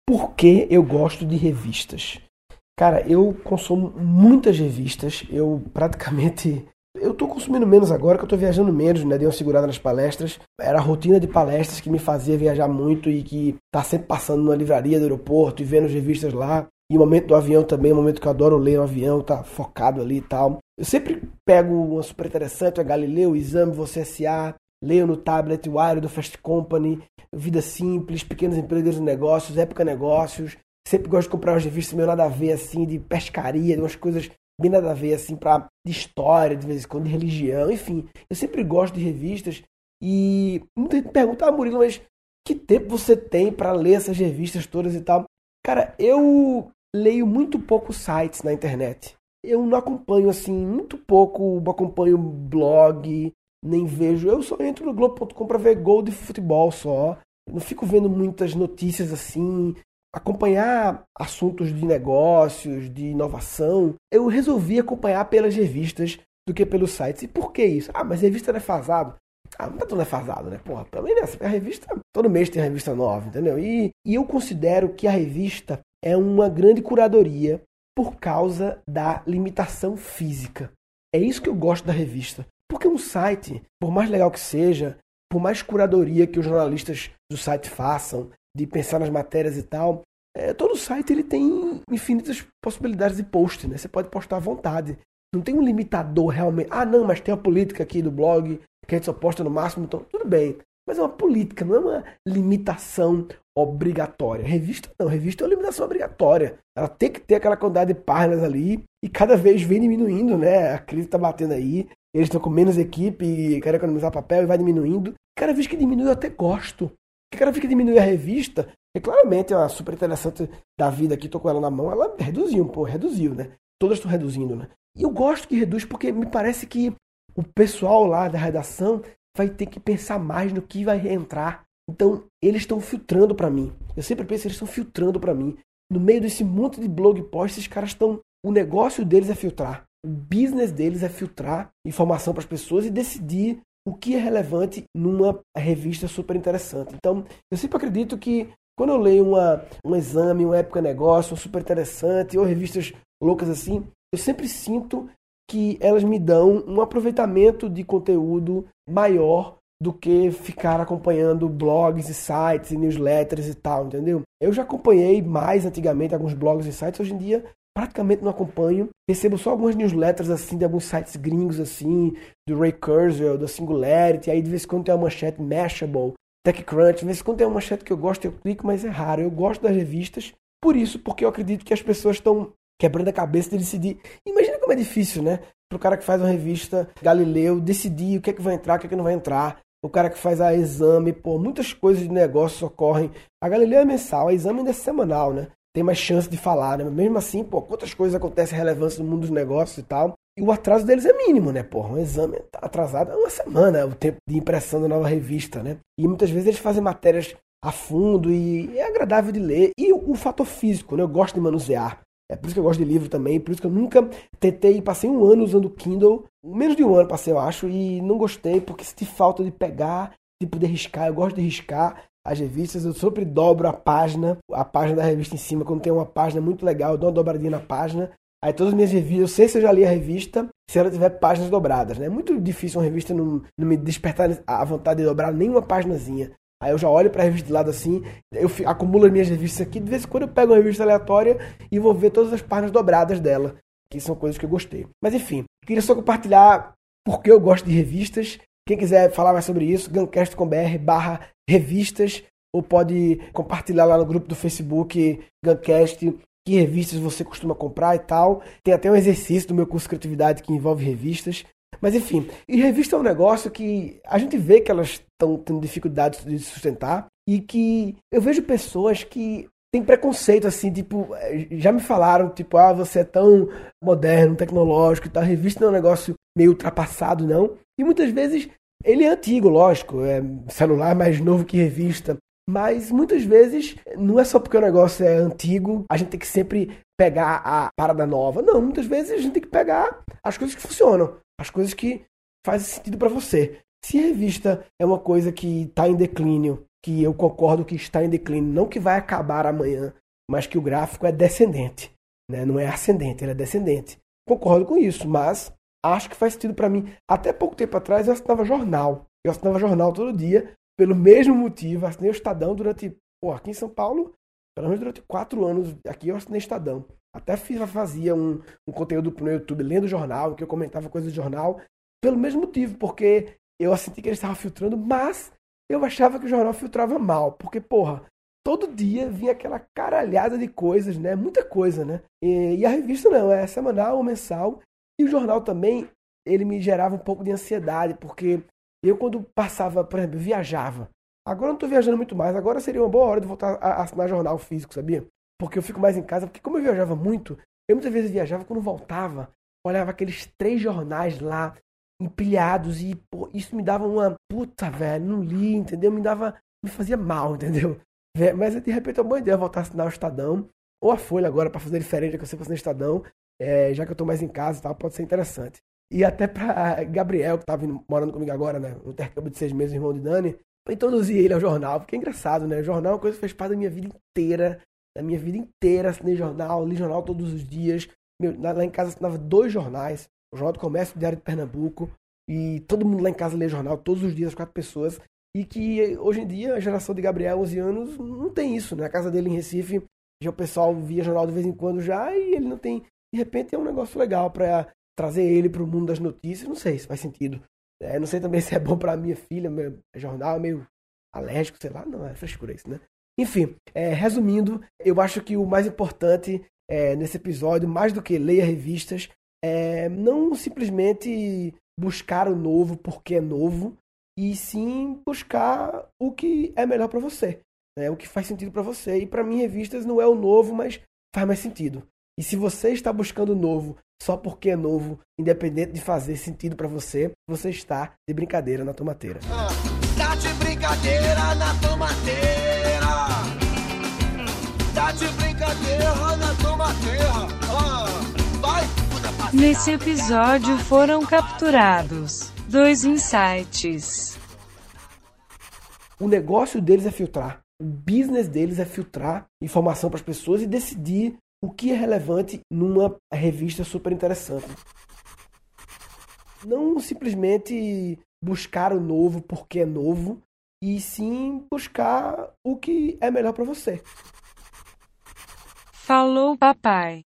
por que eu gosto de revistas? Cara, eu consumo muitas revistas, eu tô consumindo menos agora, que eu tô viajando menos, né? Dei uma segurada nas palestras. Era a rotina de palestras que me fazia viajar muito e que tá sempre passando numa livraria do aeroporto e vendo as revistas lá. E o momento do avião também, o momento que eu adoro ler no avião, tá focado ali e tal. Eu sempre pego uma super interessante, a Galileu, Exame, Você S.A., leio no tablet Wire do Fast Company, Vida Simples, Pequenos Empreendedores e Negócios, Época Negócios. Sempre gosto de comprar umas revistas meio nada a ver, assim, de pescaria, de umas coisas bem nada a ver, assim, de história, de vez em quando, de religião, enfim. Eu sempre gosto de revistas e muita gente pergunta, Murilo, mas que tempo você tem para ler essas revistas todas e tal? Cara, eu leio muito pouco sites na internet. Eu não acompanho, assim, muito pouco, acompanho blog, nem vejo. Eu só entro no Globo.com para ver gol de futebol só. Não fico vendo muitas notícias assim. Acompanhar assuntos de negócios, de inovação, eu resolvi acompanhar pelas revistas do que pelos sites. E por que isso? Mas revista não é defasado. Não tá tão defasado, né? Porra, também nessa. A revista, todo mês tem revista nova, entendeu? E eu considero que a revista é uma grande curadoria por causa da limitação física. É isso que eu gosto da revista. Porque um site, por mais legal que seja, por mais curadoria que os jornalistas do site façam, de pensar nas matérias e tal, todo site ele tem infinitas possibilidades de post, né? Você pode postar à vontade. Não tem um limitador realmente. Não, mas tem a política aqui do blog, que a gente só posta no máximo, então tudo bem. Mas é uma política, não é uma limitação obrigatória. Revista não, revista é uma limitação obrigatória. Ela tem que ter aquela quantidade de páginas ali e cada vez vem diminuindo, né? A crise tá batendo aí, eles estão com menos equipe e querem economizar papel e vai diminuindo. Cada vez que diminui eu até gosto. Cada vez que diminui a revista, e claramente é uma super interessante da vida aqui, tô com ela na mão, ela reduziu, né? Todas estão reduzindo, né? E eu gosto que reduz porque me parece que o pessoal lá da redação vai ter que pensar mais no que vai entrar. Então, eles estão filtrando para mim. Eu sempre penso, eles estão filtrando para mim. No meio desse monte de blog posts, esses caras estão... O negócio deles é filtrar. O business deles é filtrar informação para as pessoas e decidir o que é relevante numa revista super interessante. Então, eu sempre acredito que quando eu leio um Exame, uma Época Negócio, um super interessante, ou revistas loucas assim, eu sempre sinto que elas me dão um aproveitamento de conteúdo maior do que ficar acompanhando blogs e sites e newsletters e tal, entendeu? Eu já acompanhei mais antigamente alguns blogs e sites, hoje em dia praticamente não acompanho, recebo só algumas newsletters assim de alguns sites gringos assim, do Ray Kurzweil, da Singularity, aí de vez em quando tem uma manchete Mashable, TechCrunch, de vez em quando tem uma manchete que eu gosto, eu clico, mas é raro. Eu gosto das revistas, porque eu acredito que as pessoas estão quebrando a cabeça de decidir. Imagina como é difícil, né? Pro cara que faz uma revista Galileu decidir o que é que vai entrar, o que é que não vai entrar. O cara que faz a Exame, muitas coisas de negócios ocorrem. A Galileu é mensal, a Exame ainda é semanal, né? Tem mais chance de falar, né? Mas mesmo assim, quantas coisas acontecem relevância no mundo dos negócios e tal. E o atraso deles é mínimo, né, Um Exame tá atrasado uma semana, o tempo de impressão da nova revista, né? E muitas vezes eles fazem matérias a fundo e é agradável de ler. E o fator físico, né? Eu gosto de manusear. É por isso que eu gosto de livro também, por isso que eu nunca passei um ano usando o Kindle, menos de um ano passei, eu acho, e não gostei, porque senti falta de pegar, de poder riscar. Eu gosto de riscar as revistas, eu sempre dobro a página da revista em cima, quando tem uma página muito legal, eu dou uma dobradinha na página. Aí todas as minhas revistas, eu sei se eu já li a revista, se ela tiver páginas dobradas, né? É muito difícil uma revista não me despertar a vontade de dobrar nenhuma páginazinha. Aí eu já olho pra revista de lado assim, eu acumulo as minhas revistas aqui, de vez em quando eu pego uma revista aleatória e vou ver todas as páginas dobradas dela, que são coisas que eu gostei. Mas enfim, queria só compartilhar porque eu gosto de revistas. Quem quiser falar mais sobre isso, guncast.com.br/revistas, ou pode compartilhar lá no grupo do Facebook Guncast que revistas você costuma comprar e tal. Tem até um exercício do meu curso de criatividade que envolve revistas. Mas enfim, e revista é um negócio que a gente vê que elas estão tendo dificuldades de sustentar e que eu vejo pessoas que têm preconceito assim, tipo, já me falaram, tipo, você é tão moderno, tecnológico e tal, a revista não é um negócio meio ultrapassado, não. E muitas vezes ele é antigo, lógico, é celular mais novo que revista, mas muitas vezes não é só porque o negócio é antigo, a gente tem que sempre pegar a parada nova. Não, muitas vezes a gente tem que pegar as coisas que funcionam, as coisas que fazem sentido para você. Se a revista é uma coisa que está em declínio que eu concordo que está em declínio, não que vai acabar amanhã, mas que o gráfico é descendente, né? Não é ascendente, ele é descendente. Concordo com isso, mas acho que faz sentido para mim. Até pouco tempo atrás eu assinava jornal. Eu assinava jornal todo dia, pelo mesmo motivo. Assinei o Estadão durante, aqui em São Paulo, pelo menos durante 4 anos, aqui eu assinei Estadão. Até fazia um conteúdo no YouTube lendo jornal, que eu comentava coisas do jornal, pelo mesmo motivo, porque eu senti que ele estava filtrando, mas eu achava que o jornal filtrava mal, porque, todo dia vinha aquela caralhada de coisas, né? Muita coisa, né? E a revista não, é semanal ou mensal. E o jornal também, ele me gerava um pouco de ansiedade, porque eu quando passava, por exemplo, viajava. Agora eu não estou viajando muito mais, agora seria uma boa hora de voltar a assinar jornal físico, sabia? Porque eu fico mais em casa, porque como eu viajava muito, eu muitas vezes viajava, quando voltava, olhava aqueles 3 jornais lá, empilhados, e isso me dava uma puta, velho, não li, entendeu? Me fazia mal, entendeu? Mas de repente é uma boa ideia voltar a assinar o Estadão, ou a Folha agora, para fazer diferente, que eu sempre assinei Estadão, já que eu tô mais em casa e tal, pode ser interessante. E até pra Gabriel, que tá morando comigo agora, né, no intercâmbio de 6 meses, irmão de Dani, eu introduzi ele ao jornal, porque é engraçado, né? O jornal é uma coisa que fez parte da minha vida inteira. Assinei jornal, li jornal todos os dias. Lá em casa assinava 2 jornais, o Jornal do Comércio e o Diário de Pernambuco, e todo mundo lá em casa lê jornal todos os dias, as 4 pessoas, e que hoje em dia a geração de Gabriel, 11 anos, não tem isso, né? Na casa dele em Recife, já o pessoal via jornal de vez em quando já, e ele não tem. De repente é um negócio legal para trazer ele para o mundo das notícias, não sei se faz sentido. Não sei também se é bom para minha filha, jornal meio alérgico, sei lá, não, é frescura isso, né? Enfim, resumindo, eu acho que o mais importante nesse episódio, mais do que ler revistas, é não simplesmente buscar o novo porque é novo, e sim buscar o que é melhor para você, né? O que faz sentido para você. E para mim, revistas não é o novo, mas faz mais sentido. E se você está buscando o novo só porque é novo, independente de fazer sentido para você, você está de brincadeira na tomateira. Tá de brincadeira na tomateira. Tá de brincadeira na tomateira. Vai. Nesse episódio foram capturados 2 insights. O negócio deles é filtrar. O business deles é filtrar informação para as pessoas e decidir o que é relevante numa revista super interessante. Não simplesmente buscar o novo porque é novo, e sim buscar o que é melhor para você. Falou, papai.